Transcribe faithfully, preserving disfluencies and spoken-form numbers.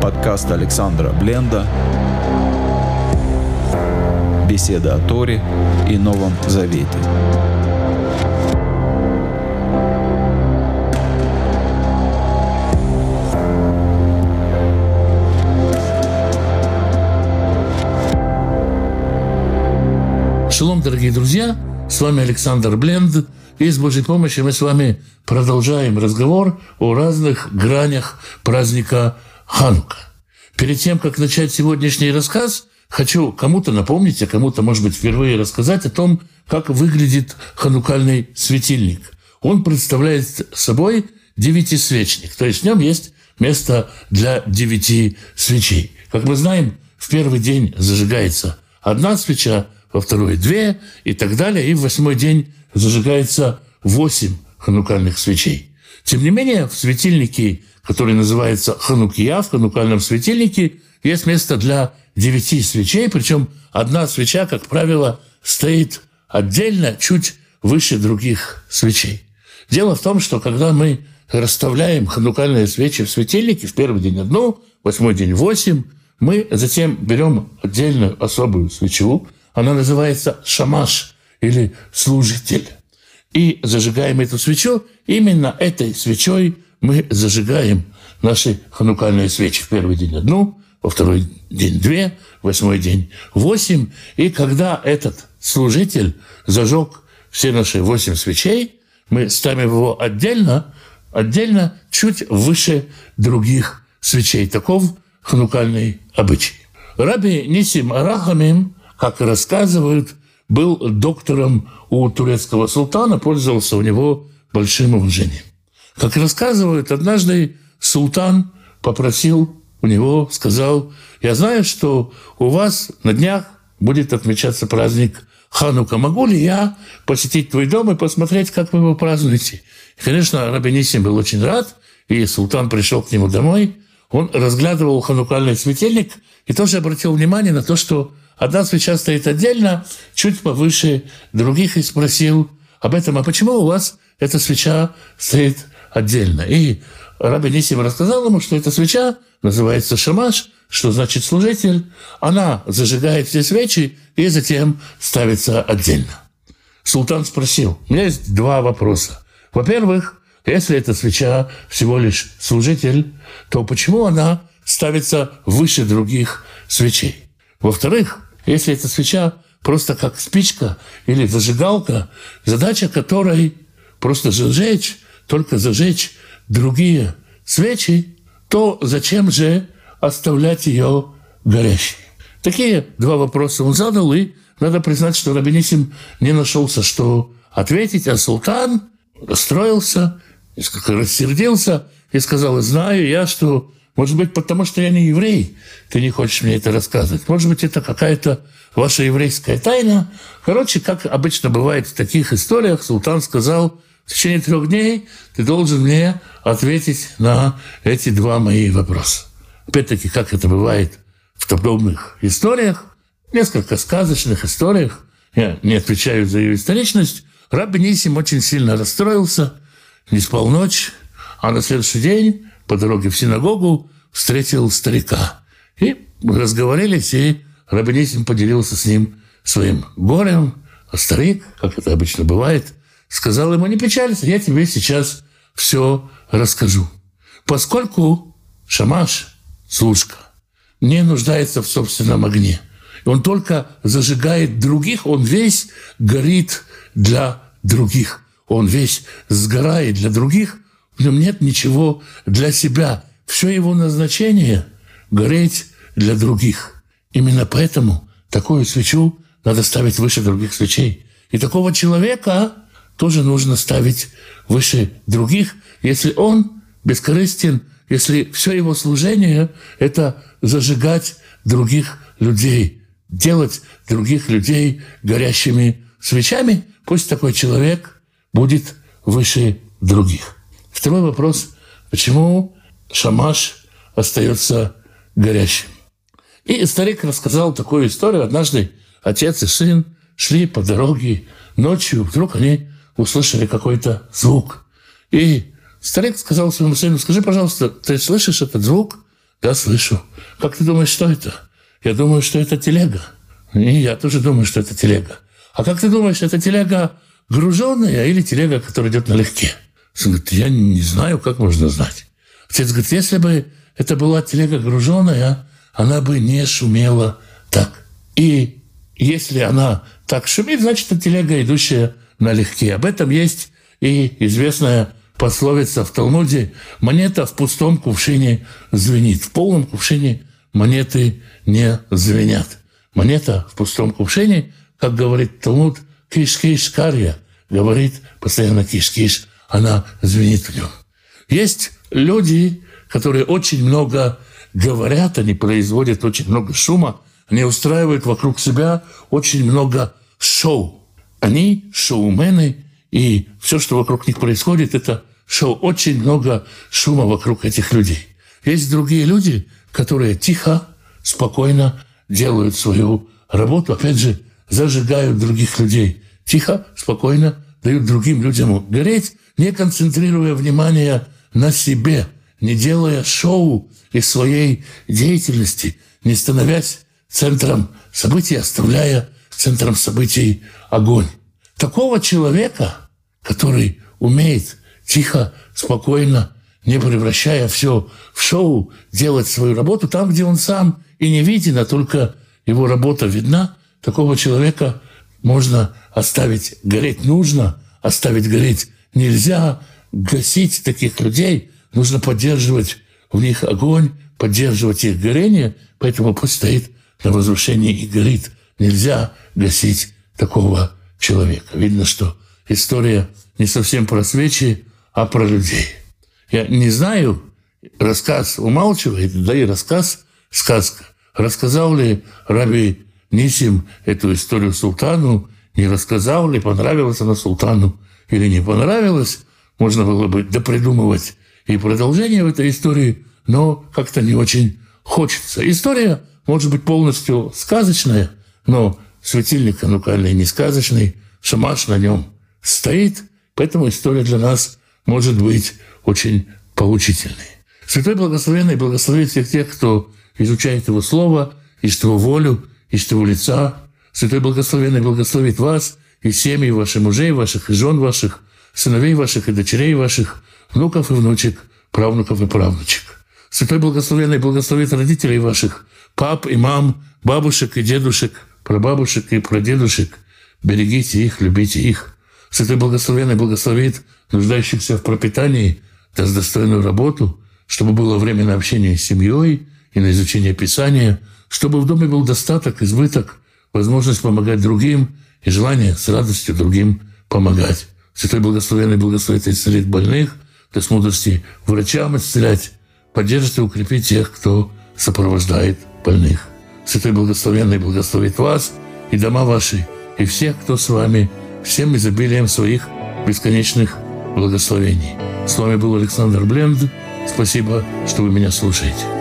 Подкаст Александра Бленда. Беседы о Торе и Новом Завете. Шалом, дорогие друзья! С вами Александр Бленд. И с Божьей помощью мы с вами продолжаем разговор о разных гранях праздника Ханука. Перед тем, как начать сегодняшний рассказ, хочу кому-то напомнить, а кому-то, может быть, впервые рассказать о том, как выглядит ханукальный светильник. Он представляет собой девятисвечник, то есть в нем есть место для девяти свечей. Как мы знаем, в первый день зажигается одна свеча, во второй две и так далее, и в восьмой день зажигается восемь ханукальных свечей. Тем не менее, в светильнике, который называется Ханукия, в ханукальном светильнике, есть место для девяти свечей, причем одна свеча, как правило, стоит отдельно, чуть выше других свечей. Дело в том, что когда мы расставляем ханукальные свечи в светильнике, в первый день одну, в восьмой день восемь, мы затем берем отдельную особую свечу, она называется шамаш или служитель. И зажигаем эту свечу. Именно этой свечой мы зажигаем наши ханукальные свечи. В первый день одну, во второй день две, в восьмой день восемь. И когда этот служитель зажег все наши восемь свечей, мы ставим его отдельно, отдельно чуть выше других свечей. Таков ханукальный обычай. Раби Нисим Арахамим, как рассказывают, был доктором у турецкого султана, пользовался у него большим уважением. Как рассказывают, однажды султан попросил у него, сказал: «Я знаю, что у вас на днях будет отмечаться праздник Ханука. Могу ли я посетить твой дом и посмотреть, как вы его празднуете?» И, конечно, раби Нисим был очень рад, и султан пришел к нему домой. Он разглядывал ханукальный светильник и тоже обратил внимание на то, что одна свеча стоит отдельно, чуть повыше других, и спросил об этом: «А почему у вас эта свеча стоит отдельно?» И раби Нисим рассказал ему, что эта свеча называется шамаш, что значит служитель. Она зажигает все свечи и затем ставится отдельно. Султан спросил: «У меня есть два вопроса. Во-первых, если эта свеча всего лишь служитель, то почему она ставится выше других свечей? Во-вторых, если эта свеча просто как спичка или зажигалка, задача которой просто зажечь, только зажечь другие свечи, то зачем же оставлять ее горящей?» Такие два вопроса он задал, и надо признать, что раби Нисим не нашелся, что ответить, а султан расстроился, несколько рассердился и сказал: «Знаю я, что, может быть, потому что я не еврей, ты не хочешь мне это рассказывать. Может быть, это какая-то ваша еврейская тайна». Короче, как обычно бывает в таких историях, султан сказал: «В течение трех дней ты должен мне ответить на эти два мои вопроса». Опять-таки, как это бывает в подобных историях, несколько сказочных историях, я не отвечаю за ее историчность, раби Нисим очень сильно расстроился, не спал ночь, а на следующий день по дороге в синагогу встретил старика. И разговорились, и раби Нисим поделился с ним своим горем. А старик, как это обычно бывает, сказал ему: «Не печалься, я тебе сейчас все расскажу. Поскольку шамаш, служка, не нуждается в собственном огне, и он только зажигает других, он весь горит для других. Он весь сгорает для других, в нем нет ничего для себя. Все его назначение — гореть для других. Именно поэтому такую свечу надо ставить выше других свечей. И такого человека тоже нужно ставить выше других, если он бескорыстен, если все его служение — это зажигать других людей, делать других людей горящими свечами. Пусть такой человек будет выше других». Второй вопрос: почему шамаш остается горящим? И старик рассказал такую историю. Однажды отец и сын шли по дороге ночью, вдруг они услышали какой-то звук. И старик сказал своему сыну: «Скажи, пожалуйста, ты слышишь этот звук?» Я слышу. Как ты думаешь, что это? Я думаю, что это телега. И я тоже думаю, что это телега. А как ты думаешь, это телега груженная или телега, которая идет налегке? Он говорит, я не знаю, как можно знать. Отец говорит, если бы это была телега груженная, она бы не шумела так. И если она так шумит, значит, это телега, идущая налегке. Об этом есть и известная пословица в Талмуде: монета в пустом кувшине звенит, в полном кувшине монеты не звенят. Монета в пустом кувшине, как говорит Талмуд, киш-киш карья, говорит постоянно киш-киш, она звенит в нем. Есть люди, которые очень много говорят, они производят очень много шума, они устраивают вокруг себя очень много шоу. Они шоумены, и все, что вокруг них происходит, это шоу. Очень много шума вокруг этих людей. Есть другие люди, которые тихо, спокойно делают свою работу, опять же, зажигают других людей. Тихо, спокойно дают другим людям гореть, не концентрируя внимание на себе, не делая шоу из своей деятельности, не становясь центром событий, оставляя центром событий огонь. Такого человека, который умеет тихо, спокойно, не превращая все в шоу, делать свою работу там, где он сам и не виден, а только его работа видна, такого человека можно оставить гореть. Нужно оставить гореть. Нельзя гасить таких людей. Нужно поддерживать в них огонь, поддерживать их горение, поэтому пусть стоит на возвышении и горит. Нельзя гасить такого человека. Видно, что история не совсем про свечи, а про людей. Я не знаю, рассказ умалчивает, да и рассказ – сказка. Рассказал ли Раби Нисим эту историю султану, не рассказал ли, понравилась она султану или не понравилась, можно было бы допридумывать и продолжение в этой истории, но как-то не очень хочется. История может быть полностью сказочная, но светильник ханукальный не сказочный, шамаш на нем стоит, поэтому история для нас может быть очень поучительной. Святой Благословенный благословит всех тех, кто изучает Его Слово, ищет Его волю, ищет Его лица. Святой Благословенный благословит вас и семьи ваших мужей ваших, и жен ваших, сыновей ваших и дочерей ваших, внуков и внучек, правнуков и правнучек. Святой Благословенный благословит родителей ваших, пап и мам, бабушек и дедушек, прабабушек и прадедушек. Берегите их, любите их. Святой Благословенный благословит нуждающихся в пропитании, даст достойную работу, чтобы было время на общение с семьей и на изучение Писания, чтобы в доме был достаток, избыток, возможность помогать другим и желание с радостью другим помогать. Святой Благословенный благословит и исцелит больных, даст мудрости врачам исцелять, поддержит и укрепит тех, кто сопровождает больных. Святой Благословенный благословит вас и дома ваши, и всех, кто с вами, всем изобилием своих бесконечных благословений. С вами был Александр Бленд. Спасибо, что вы меня слушаете.